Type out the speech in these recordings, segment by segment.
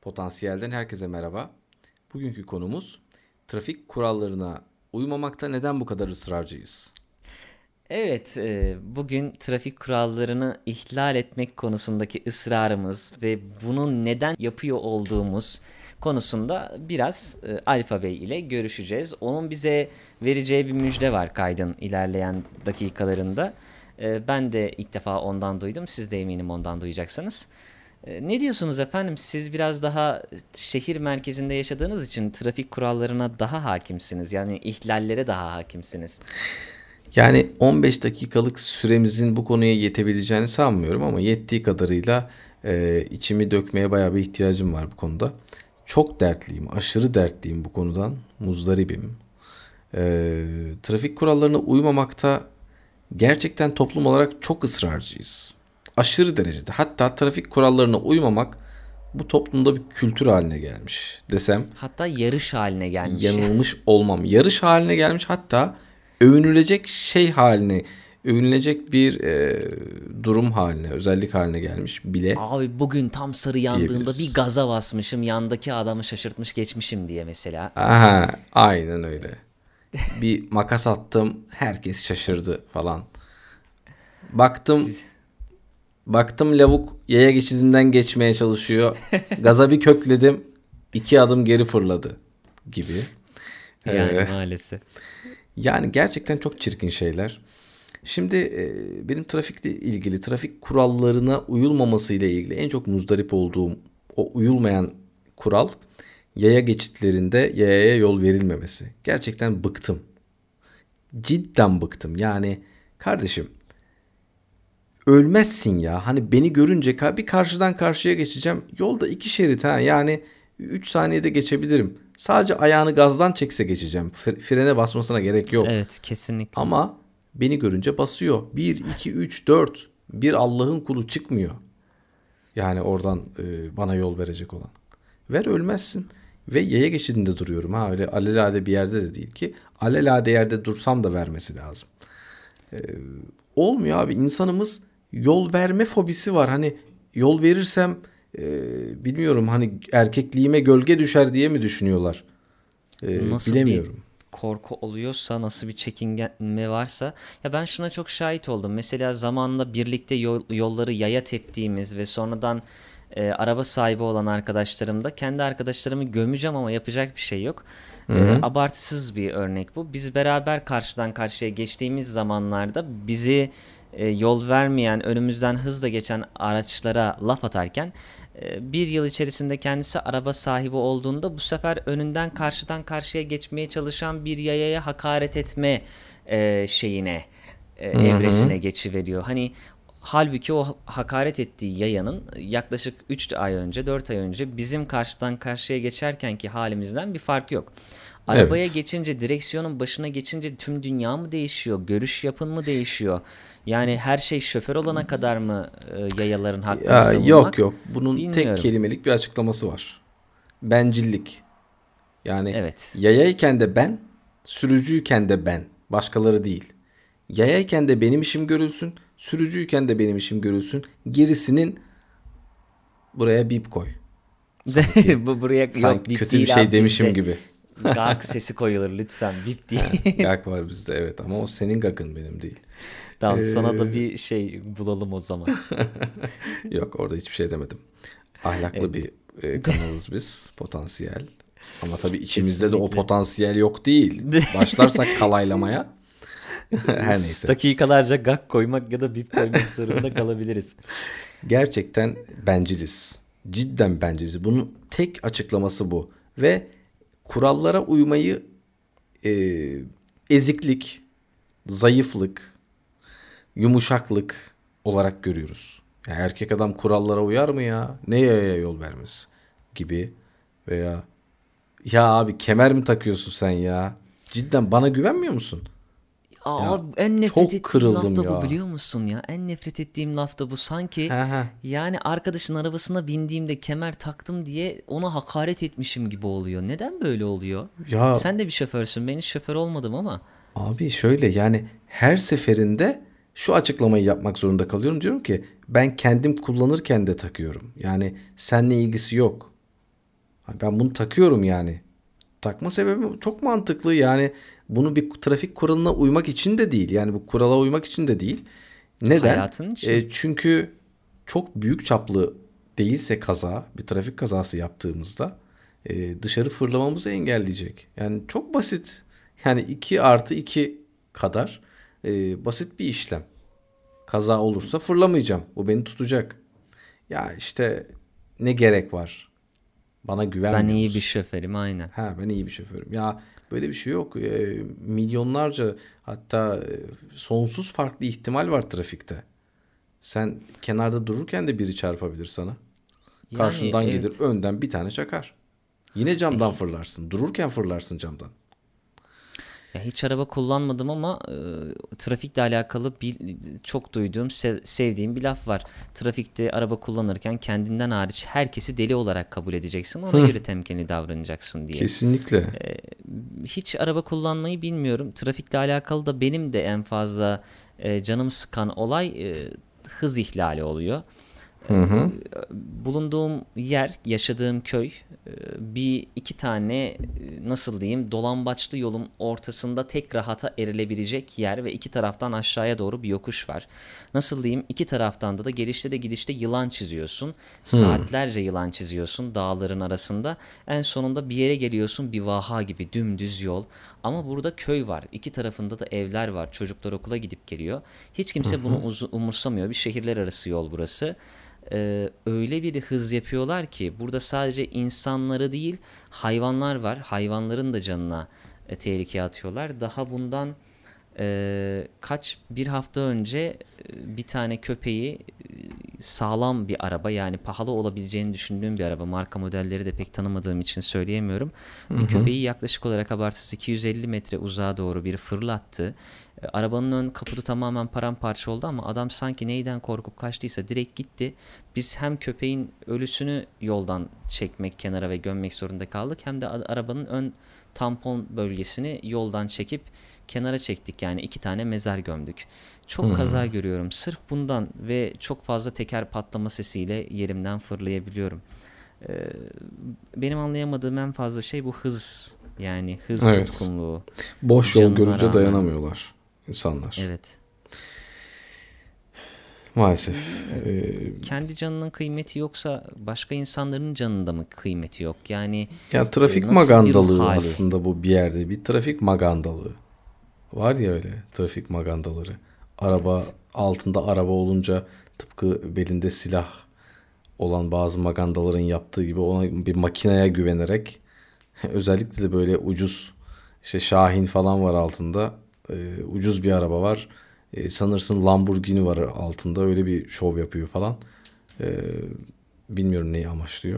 Potansiyelden herkese merhaba. Bugünkü konumuz trafik kurallarına uymamakta neden bu kadar ısrarcıyız? Evet, bugün trafik kurallarını ihlal etmek konusundaki ısrarımız ve bunu neden yapıyor olduğumuz konusunda biraz Alfa Bey ile görüşeceğiz. Onun bize vereceği bir müjde var kaydın ilerleyen dakikalarında. Ben de ilk defa ondan duydum. Siz de eminim ondan duyacaksınız. Ne diyorsunuz efendim? Siz biraz daha şehir merkezinde yaşadığınız için trafik kurallarına daha hakimsiniz. Yani ihlallere daha hakimsiniz. Yani 15 dakikalık süremizin bu konuya yetebileceğini sanmıyorum ama yettiği kadarıyla içimi dökmeye bayağı bir ihtiyacım var bu konuda. Çok dertliyim, aşırı dertliyim bu konudan, muzdaribim. Trafik kurallarına uymamakta gerçekten toplum olarak çok ısrarcıyız. Aşırı derecede. Hatta trafik kurallarına uymamak bu toplumda bir kültür haline gelmiş desem Hatta yarış haline gelmiş. yanılmış olmam. Yarış haline gelmiş, hatta övünülecek şey haline, övünülecek bir durum haline, özellik haline gelmiş bile Abi bugün tam sarı yandığında bir diyebiliriz. gaza basmışım, yandaki adamı şaşırtmış geçmişim diye mesela. Aha, aynen öyle. Bir makas attım, herkes şaşırdı falan. Baktım Siz, Baktım lavuk yaya geçidinden geçmeye çalışıyor. Gaza bir kökledim. 2 adım geri fırladı gibi. yani Ee, maalesef. Yani gerçekten çok çirkin şeyler. Şimdi benim trafikle ilgili, trafik kurallarına uyulmaması ile ilgili en çok muzdarip olduğum o uyulmayan kural, yaya geçitlerinde yayaya yol verilmemesi. Gerçekten bıktım. Cidden bıktım. Yani kardeşim, ölmezsin ya. Hani beni görünce bir karşıdan karşıya geçeceğim. Yolda 2 şerit ha. Yani 3 saniyede geçebilirim. Sadece ayağını gazdan çekse geçeceğim. Frene basmasına gerek yok. Evet, kesinlikle. Ama beni görünce basıyor. Bir 2 3 4. Bir Allah'ın kulu çıkmıyor. Yani oradan bana yol verecek olan. Ver, ölmezsin. Ve yaya geçidinde duruyorum ha. Öyle alelade bir yerde de değil ki. Alelade yerde dursam da vermesi lazım. Olmuyor abi. İnsanımız yol verme fobisi var. Hani yol verirsem bilmiyorum, hani erkekliğime gölge düşer diye mi düşünüyorlar? Nasıl bir Bilemiyorum. korku oluyorsa, nasıl bir çekingenme varsa. Ya ben şuna çok şahit oldum. Mesela zamanla birlikte yolları yaya teptiğimiz ve sonradan araba sahibi olan arkadaşlarım da kendi arkadaşlarımı gömeceğim ama yapacak bir şey yok. Hı hı. Abartısız bir örnek bu. Biz beraber karşıdan karşıya geçtiğimiz zamanlarda bizi yol vermeyen, önümüzden hızla geçen araçlara laf atarken bir yıl içerisinde kendisi araba sahibi olduğunda bu sefer önünden karşıdan karşıya geçmeye çalışan bir yayaya hakaret etme şeyine Hı hı. evresine geçiveriyor. Hani halbuki o hakaret ettiği yayanın yaklaşık 3 ay önce 4 ay önce bizim karşıdan karşıya geçerkenki halimizden bir fark yok. Arabaya Evet. geçince, direksiyonun başına geçince tüm dünya mı değişiyor? Görüş yapın mı değişiyor? Yani her şey şoför olana kadar mı yayaların hakkını Ya, yok savunmak? yok. Bunun tek Bilmiyorum. kelimelik bir açıklaması var. Bencillik. Yani Evet. yayayken de ben, sürücüyken de ben. Başkaları değil. Yayayken de benim işim görülsün, sürücüyken de benim işim görülsün. Gerisinin buraya bip koy. Sanki Bu buraya yok, bip kötü bir değil şey abi, demişim bizde gibi. gak sesi koyulur lütfen, bip değil. Gak var bizde, evet, ama o senin gakın, benim değil. Tamam, sana da Ee, bir şey bulalım o zaman. Yok, orada hiçbir şey demedim. Evet. Ahlaklı bir kanalız biz, potansiyel. Ama tabii içimizde de o Kesinlikle. potansiyel yok değil. Başlarsak kalaylamaya, her neyse. Dakikalarca gak koymak ya da bip koymak zorunda kalabiliriz. Gerçekten benciliz. Cidden benciliz. Bunun tek açıklaması bu. Ve kurallara uymayı e, eziklik, zayıflık, yumuşaklık olarak görüyoruz. Ya erkek adam kurallara uyar mı ya? Ne yaya yol vermez gibi, veya ya abi kemer mi takıyorsun sen ya? Cidden bana güvenmiyor musun? Aa, Ya en nefret çok ettiğim laf kırıldım da bu, ya. biliyor musun ya? En nefret ettiğim laf da bu. Sanki He he. yani arkadaşın arabasına bindiğimde kemer taktım diye ona hakaret etmişim gibi oluyor. Neden böyle oluyor? Ya Sen de bir şoförsün. Ben hiç şoför olmadım ama. abi şöyle, yani her seferinde şu açıklamayı yapmak zorunda kalıyorum. Diyorum ki ben kendim kullanırken de takıyorum. Yani seninle ilgisi yok. Ben bunu takıyorum yani. Takma sebebim çok mantıklı. Yani bunu bir trafik kuralına uymak için de değil. Yani bu kurala uymak için de değil. Neden? Hayatın için. Çünkü çok büyük çaplı değilse kaza, bir trafik kazası yaptığımızda dışarı fırlamamızı engelleyecek. Yani çok basit. Yani 2 artı 2 kadar basit bir işlem. Kaza olursa fırlamayacağım. Bu beni tutacak. Ya işte ne gerek var? Bana Ben güvenmiyor iyi bir musun? şoförüm aynen. Ha, ben iyi bir şoförüm. Ya böyle bir şey yok. Milyonlarca, hatta sonsuz farklı ihtimal var trafikte. Sen kenarda dururken de biri çarpabilir sana. Yani Karşından gelir, evet. önden bir tane çakar. Yine Ya, camdan fırlarsın. Dururken fırlarsın camdan. ya hiç araba kullanmadım ama trafikle alakalı çok duyduğum, sevdiğim bir laf var. Trafikte araba kullanırken kendinden hariç herkesi deli olarak kabul edeceksin. Ona Hı, göre temkinli davranacaksın diye. kesinlikle. Hiç araba kullanmayı bilmiyorum. Trafikle alakalı da benim de en fazla canımı sıkan olay hız ihlali oluyor. Hı hı. Bulunduğum yer, yaşadığım köy bir iki tane nasıl diyeyim dolambaçlı yolun ortasında tek rahata erilebilecek yer ve iki taraftan aşağıya doğru bir yokuş var. Nasıl diyeyim iki taraftan da gelişte de gidişte yılan çiziyorsun. Hı. Saatlerce yılan çiziyorsun dağların arasında. En sonunda bir yere geliyorsun bir vaha gibi dümdüz yol. Ama burada köy var. İki tarafında da evler var. Çocuklar okula gidip geliyor. Hiç kimse bunu umursamıyor. Bir şehirler arası yol burası. Öyle bir hız yapıyorlar ki burada sadece insanları değil hayvanlar var. Hayvanların da canına tehlikeye atıyorlar. Daha bundan bir hafta önce bir tane köpeği sağlam bir araba yani pahalı olabileceğini düşündüğüm bir araba marka modelleri de pek tanımadığım için söyleyemiyorum. Bir köpeği yaklaşık olarak abartısız 250 metre uzağa doğru bir fırlattı. Arabanın ön kaputu tamamen paramparça oldu ama adam sanki neyden korkup kaçtıysa direkt gitti. Biz hem köpeğin ölüsünü yoldan çekmek kenara ve gömmek zorunda kaldık hem de arabanın ön tampon bölgesini yoldan çekip kenara çektik yani iki tane mezar gömdük. Çok kaza görüyorum sırf bundan ve çok fazla teker patlama sesiyle yerimden fırlayabiliyorum. Benim anlayamadığım en fazla şey bu hız yani hız Evet. tutkunluğu Boş yol canına görünce rağmen. dayanamıyorlar insanlar. Evet. Maalesef. Kendi canının kıymeti yoksa başka insanların canında mı kıymeti yok? Yani Ya trafik nasıl bir ruh magandalığı hali? aslında bu bir yerde. Bir trafik magandalığı. Var ya öyle trafik magandaları. Araba Evet. altında araba olunca tıpkı belinde silah olan bazı magandaların yaptığı gibi ona bir makineye güvenerek özellikle de böyle ucuz işte Şahin falan var altında. Ucuz bir araba var. Sanırsın Lamborghini var altında. Öyle bir şov yapıyor falan. Ee, bilmiyorum neyi amaçlıyor.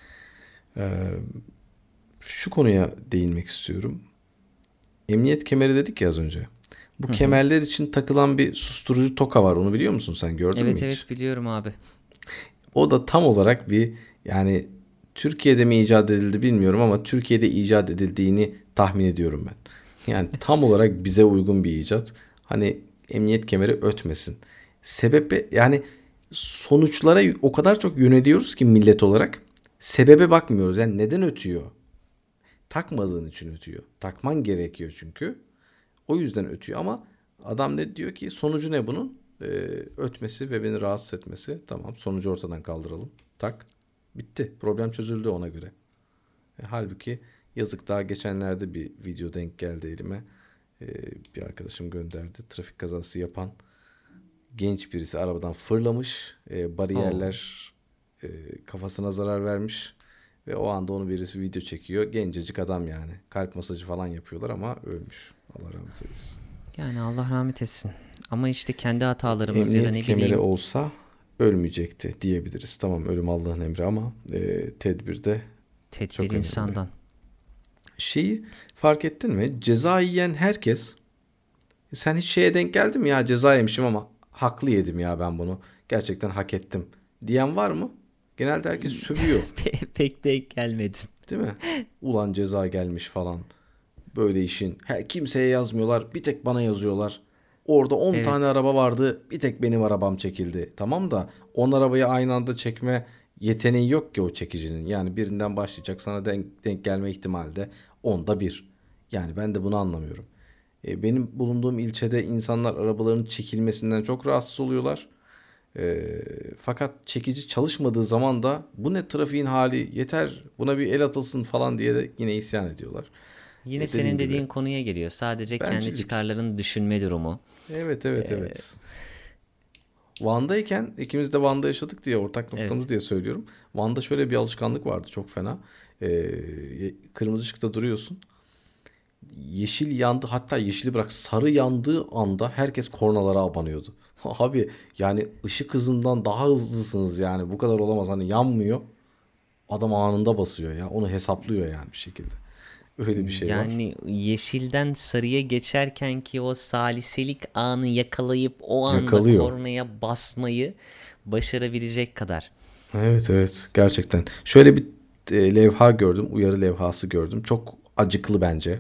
Şu konuya değinmek istiyorum. Emniyet kemeri dedik ya az önce. Bu Hı hı. kemerler için takılan bir susturucu toka var. Onu biliyor musun sen? Gördün mü Evet hiç? evet biliyorum abi. O da tam olarak bir yani Türkiye'de mi icat edildi bilmiyorum ama Türkiye'de icat edildiğini tahmin ediyorum ben. Yani tam olarak bize uygun bir icat. Hani emniyet kemeri ötmesin. Sebebi yani sonuçlara o kadar çok yöneliyoruz ki millet olarak sebebe bakmıyoruz. Yani neden ötüyor? Takmadığın için ötüyor. Takman gerekiyor çünkü. O yüzden ötüyor ama adam ne diyor ki sonucu ne bunun? Ötmesi ve beni rahatsız etmesi. Tamam, sonucu ortadan kaldıralım. Tak. Bitti. Problem çözüldü ona göre. Halbuki yazık, daha geçenlerde bir video denk geldi elime. E, bir arkadaşım gönderdi. Trafik kazası yapan genç birisi arabadan fırlamış. Oo. Bariyerler e, kafasına zarar vermiş. Ve o anda onu birisi video çekiyor. Gencecik adam yani. Kalp masajı falan yapıyorlar ama ölmüş. Allah rahmet eylesin. Yani Allah rahmet etsin. Ama işte kendi hatalarımız ya da Emniyet ne kemeri bileyim olsa ölmeyecekti diyebiliriz. Tamam, ölüm Allah'ın emri ama tedbir de tedbir çok önemli. insandan. Şeyi fark ettin mi? Ceza yiyen herkes, sen hiç şeye denk geldin mi ya, ceza yemişim ama haklı yedim ya ben bunu. Gerçekten hak ettim diyen var mı? Genelde herkes sövüyor. Pek denk gelmedim. Değil mi? Ulan ceza gelmiş falan. Böyle işin. Kimseye yazmıyorlar. Bir tek bana yazıyorlar. Orada 10 tane Evet. araba vardı. Bir tek benim arabam çekildi. Tamam da 10 arabayı aynı anda çekme yeteneği yok ki o çekicinin. Yani birinden başlayacak, sana denk gelme ihtimali de 1/10. Yani ben de bunu anlamıyorum. Benim bulunduğum ilçede insanlar arabaların çekilmesinden çok rahatsız oluyorlar. Fakat çekici çalışmadığı zaman da bu ne trafiğin hali, yeter buna bir el atılsın falan diye de yine isyan ediyorlar. Yine Dediğim senin gibi dediğin konuya geliyor. Sadece kendi bencillik. çıkarlarını düşünme durumu. Evet, evet, Ee, evet. Van'dayken ikimiz de Van'da yaşadık diye ortak noktamız evet. diye söylüyorum. Van'da şöyle bir alışkanlık vardı çok fena. Kırmızı ışıkta duruyorsun. Yeşil yandı, hatta yeşili bırak, sarı yandığı anda herkes kornalara abanıyordu. Abi yani ışık hızından daha hızlısınız, yani bu kadar olamaz, hani yanmıyor. Adam anında basıyor ya, onu hesaplıyor yani bir şekilde. Öyle bir şey var. Yani yeşilden sarıya geçerken ki o saliselik anı yakalayıp o anda Yakalıyor. kornaya basmayı başarabilecek kadar. Evet, evet, gerçekten. Şöyle bir levha gördüm, uyarı levhası gördüm. Çok acıklı bence.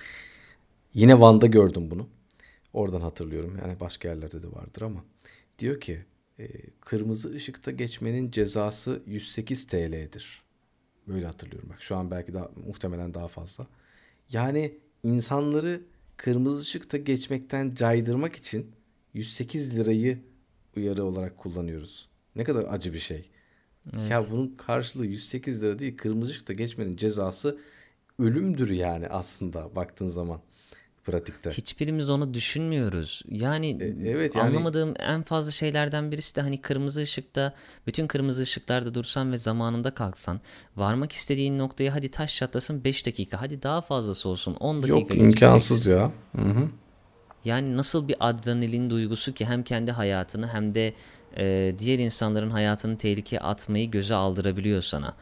Yine Van'da gördüm bunu. Oradan hatırlıyorum. Yani başka yerlerde de vardır ama. Diyor ki kırmızı ışıkta geçmenin cezası 108 TL'dir. Böyle hatırlıyorum. Bak şu an belki daha muhtemelen daha fazla. Yani insanları kırmızı ışıkta geçmekten caydırmak için 108 lirayı uyarı olarak kullanıyoruz. Ne kadar acı bir şey. Ya Evet. bunun karşılığı 108 lira değil. Kırmızı ışıkta geçmenin cezası ölümdür yani, aslında baktığın zaman pratikte. Hiçbirimiz onu düşünmüyoruz. Yani Evet yani, anlamadığım en fazla şeylerden birisi de hani kırmızı ışıkta, bütün kırmızı ışıklarda dursan ve zamanında kalksan, varmak istediğin noktaya hadi taş çatlasın 5 dakika, hadi daha fazlası olsun 10 dakika yok, imkansız gecikeceksin. ya. Hı hı. Yani nasıl bir adrenalin duygusu ki hem kendi hayatını hem de diğer insanların hayatını tehlikeye atmayı göze aldırabiliyor sana.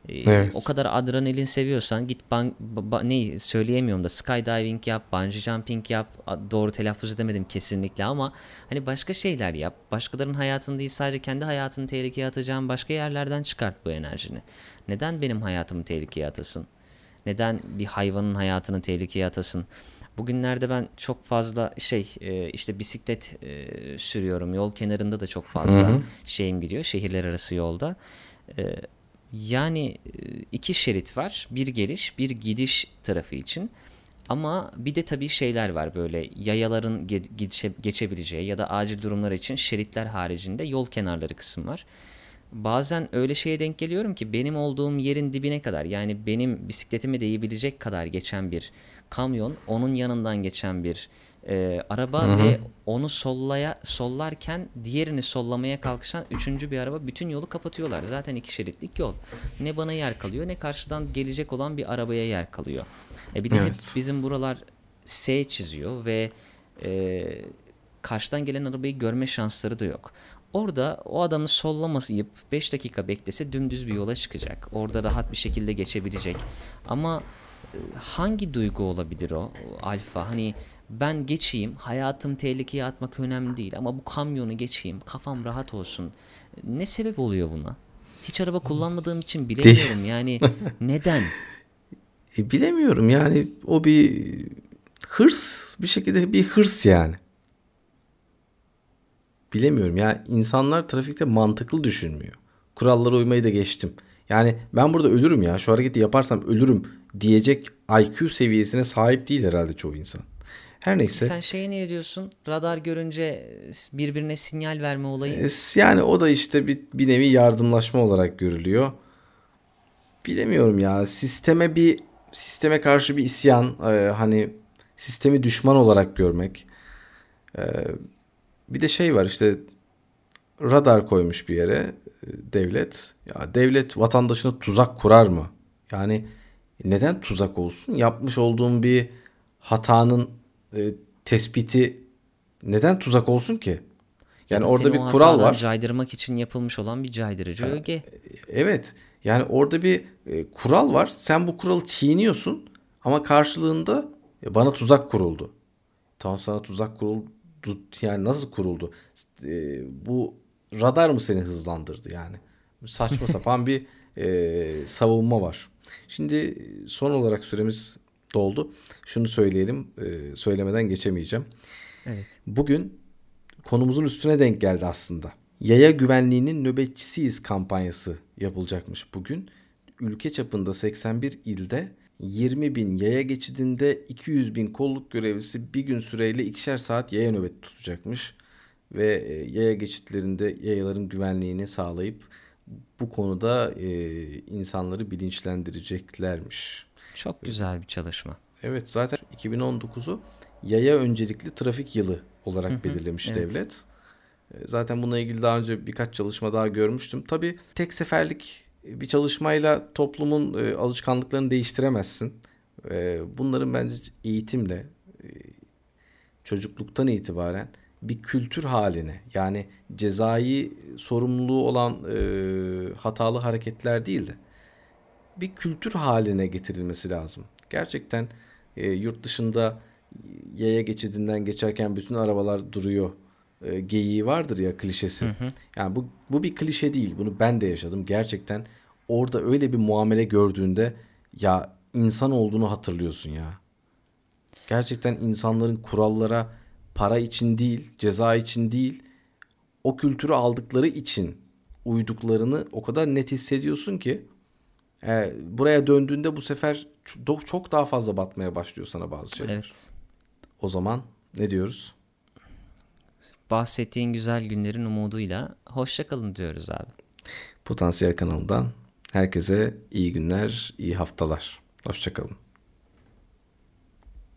O Evet. kadar adrenalin seviyorsan git ne söyleyemiyorum da skydiving yap, bungee jumping yap. Doğru telaffuz edemedim kesinlikle ama hani başka şeyler yap. Başkalarının hayatını değil, sadece kendi hayatını tehlikeye atacağın başka yerlerden çıkart bu enerjini. Neden benim hayatımı tehlikeye atasın? Neden bir hayvanın hayatını tehlikeye atasın? Bugünlerde ben çok fazla işte bisiklet sürüyorum. Yol kenarında da çok Hı fazla hı. şeyim gidiyor şehirler arası yolda. E, Yani iki şerit var. Bir geliş, bir gidiş tarafı için. Ama bir de tabii şeyler var, böyle yayaların geçebileceği ya da acil durumlar için şeritler haricinde yol kenarları kısım var. Bazen öyle şeye denk geliyorum ki benim olduğum yerin dibine kadar, yani benim bisikletime değebilecek kadar geçen bir kamyon, onun yanından geçen bir Hı araba hı. ve onu sollarken diğerini sollamaya kalkışan üçüncü bir araba, bütün yolu kapatıyorlar. Zaten iki şeritlik yol. Ne bana yer kalıyor ne karşıdan gelecek olan bir arabaya yer kalıyor. Bir de hep Evet. bizim buralar S çiziyor ve e, karşıdan gelen arabayı görme şansları da yok. Orada o adamı sollamayıp 5 dakika beklese dümdüz bir yola çıkacak. Orada rahat bir şekilde geçebilecek. Ama hangi duygu olabilir o alfa? Hani ben geçeyim, hayatım tehlikeye atmak önemli değil ama bu kamyonu geçeyim, kafam rahat olsun. Ne sebep oluyor buna? Hiç araba kullanmadığım için Değil. bilemiyorum. Yani neden? Bilemiyorum yani, o bir hırs, bir şekilde bir hırs yani. Bilemiyorum ya, insanlar trafikte mantıklı düşünmüyor. Kurallara uymayı da geçtim. Yani ben burada ölürüm ya, şu hareketi yaparsam ölürüm diyecek IQ seviyesine sahip değil herhalde çoğu insan. Her Peki neyse. sen şeye ne diyorsun? Radar görünce birbirine sinyal verme olayı. Yani o da işte bir nevi yardımlaşma olarak görülüyor. Bilemiyorum ya, sisteme karşı bir isyan, hani sistemi düşman olarak görmek. Bir de şey var işte, radar koymuş bir yere devlet. Ya devlet vatandaşına tuzak kurar mı? Yani neden tuzak olsun? Yapmış olduğum bir hatanın e, tespiti neden tuzak olsun ki? Ya Yani da seni orada o bir kural hatadan var. caydırmak için yapılmış olan bir caydırıcı öge. Evet. Yani orada bir kural var. Sen bu kuralı çiğniyorsun ama karşılığında bana tuzak kuruldu. Tamam, sana tuzak kuruldu. Yani nasıl kuruldu? Bu radar mı seni hızlandırdı yani? Saçma sapan bir savunma var. Şimdi son olarak süremiz doldu. Şunu söyleyelim, söylemeden geçemeyeceğim. Evet. Bugün konumuzun üstüne denk geldi aslında. Yaya güvenliğinin nöbetçisiyiz kampanyası yapılacakmış bugün. Ülke çapında 81 ilde 20 bin yaya geçidinde 200 bin kolluk görevlisi bir gün süreyle 2'şer saat yaya nöbeti tutacakmış. Ve yaya geçitlerinde yayaların güvenliğini sağlayıp bu konuda insanları bilinçlendireceklermiş. Çok güzel bir çalışma. Evet, zaten 2019'u yaya öncelikli trafik yılı olarak belirlemiş evet. devlet. Zaten bununla ilgili daha önce birkaç çalışma daha görmüştüm. Tabii tek seferlik bir çalışmayla toplumun alışkanlıklarını değiştiremezsin. Bunların bence eğitimle, çocukluktan itibaren bir kültür haline, yani cezai sorumluluğu olan hatalı hareketler değil de bir kültür haline getirilmesi lazım. Gerçekten yurt dışında yaya geçidinden geçerken bütün arabalar duruyor geyiği vardır ya, klişesi. Yani bu bir klişe değil. Bunu ben de yaşadım. Gerçekten orada öyle bir muamele gördüğünde ya insan olduğunu hatırlıyorsun ya. Gerçekten insanların kurallara para için değil, ceza için değil, o kültürü aldıkları için uyduklarını o kadar net hissediyorsun ki buraya döndüğünde bu sefer çok daha fazla batmaya başlıyor sana bazı şeyler. Evet. O zaman ne diyoruz? Bahsettiğin güzel günlerin umuduyla hoşça kalın diyoruz abi. Potansiyel kanalından herkese iyi günler, iyi haftalar. Hoşça kalın.